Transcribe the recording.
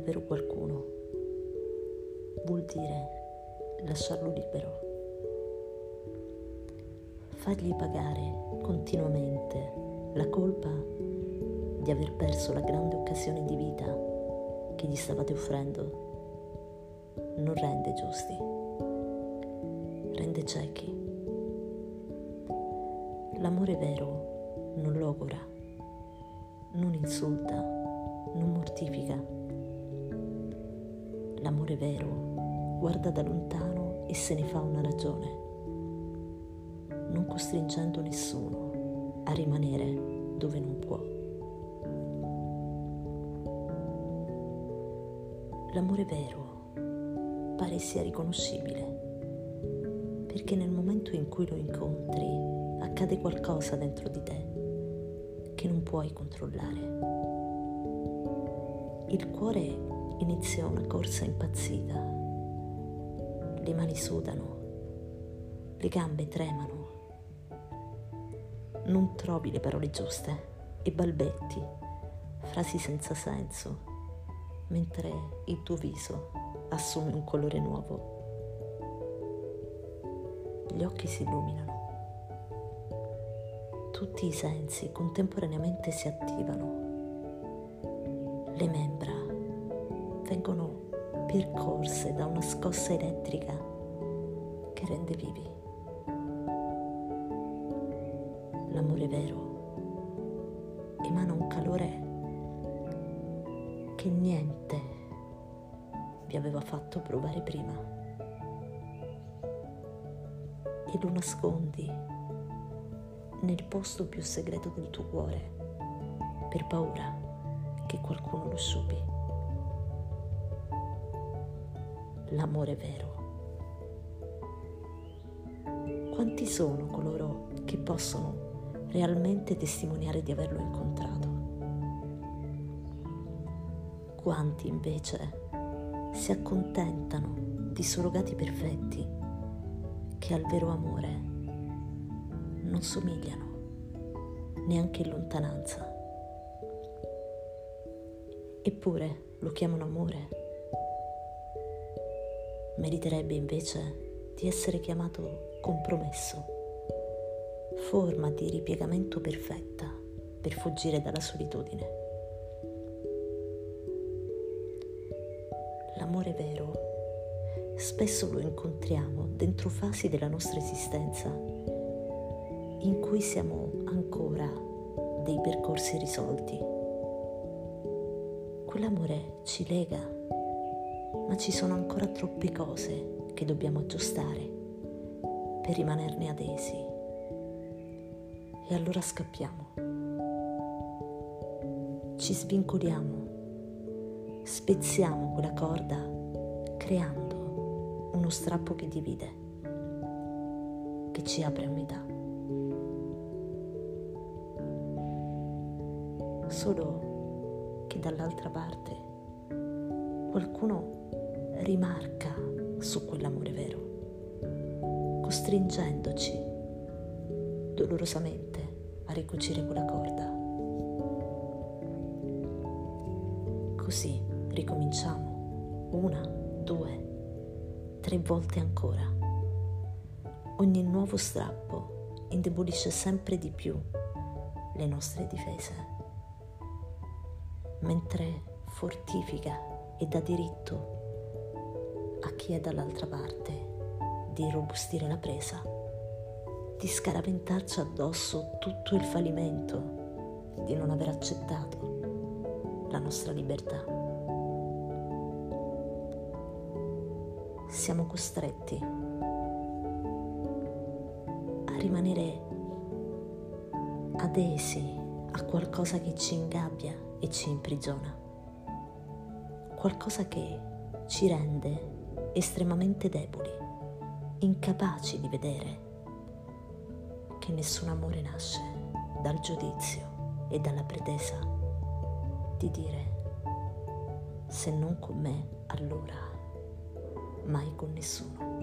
davvero qualcuno vuol dire lasciarlo libero. Fargli pagare continuamente la colpa di aver perso la grande occasione di vita che gli stavate offrendo non rende giusti, rende ciechi. L'amore vero non logora, non insulta, non mortifica. L'amore vero guarda da lontano e se ne fa una ragione, non costringendo nessuno a rimanere dove non può. L'amore vero pare sia riconoscibile, perché nel momento in cui lo incontri accade qualcosa dentro di te che non puoi controllare. Il cuore inizia una corsa impazzita, le mani sudano, le gambe tremano, non trovi le parole giuste e balbetti frasi senza senso, mentre il tuo viso assume un colore nuovo. Gli occhi si illuminano. Tutti i sensi contemporaneamente si attivano. Le membra vengono percorse da una scossa elettrica che rende vivi. L'amore vero emana un calore che niente vi aveva fatto provare prima e lo nascondi nel posto più segreto del tuo cuore per paura che qualcuno lo sciupi. L'amore vero. Quanti sono coloro che possono realmente testimoniare di averlo incontrato? Quanti invece si accontentano di surrogati perfetti che al vero amore non somigliano neanche in lontananza. Eppure lo chiamano amore. Meriterebbe invece di essere chiamato compromesso, forma di ripiegamento perfetta per fuggire dalla solitudine. L'amore vero spesso lo incontriamo dentro fasi della nostra esistenza in cui siamo ancora dei percorsi irrisolti. Quell'amore ci lega, ma ci sono ancora troppe cose che dobbiamo aggiustare per rimanerne adesi. E allora scappiamo. Ci svincoliamo. Spezziamo quella corda creando uno strappo che divide, che ci apre a metà. Solo che dall'altra parte qualcuno rimarca su quell'amore vero, costringendoci dolorosamente a ricucire quella corda. Così ricominciamo 1, 2, 3 volte ancora. Ogni nuovo strappo indebolisce sempre di più le nostre difese, mentre fortifica e dà diritto a chi è dall'altra parte di irrobustire la presa, di scaraventarci addosso tutto il fallimento di non aver accettato la nostra libertà. Siamo costretti a rimanere adesi a qualcosa che ci ingabbia e ci imprigiona, qualcosa che ci rende estremamente deboli, incapaci di vedere che nessun amore nasce dal giudizio e dalla pretesa di dire: se non con me, allora mai con nessuno.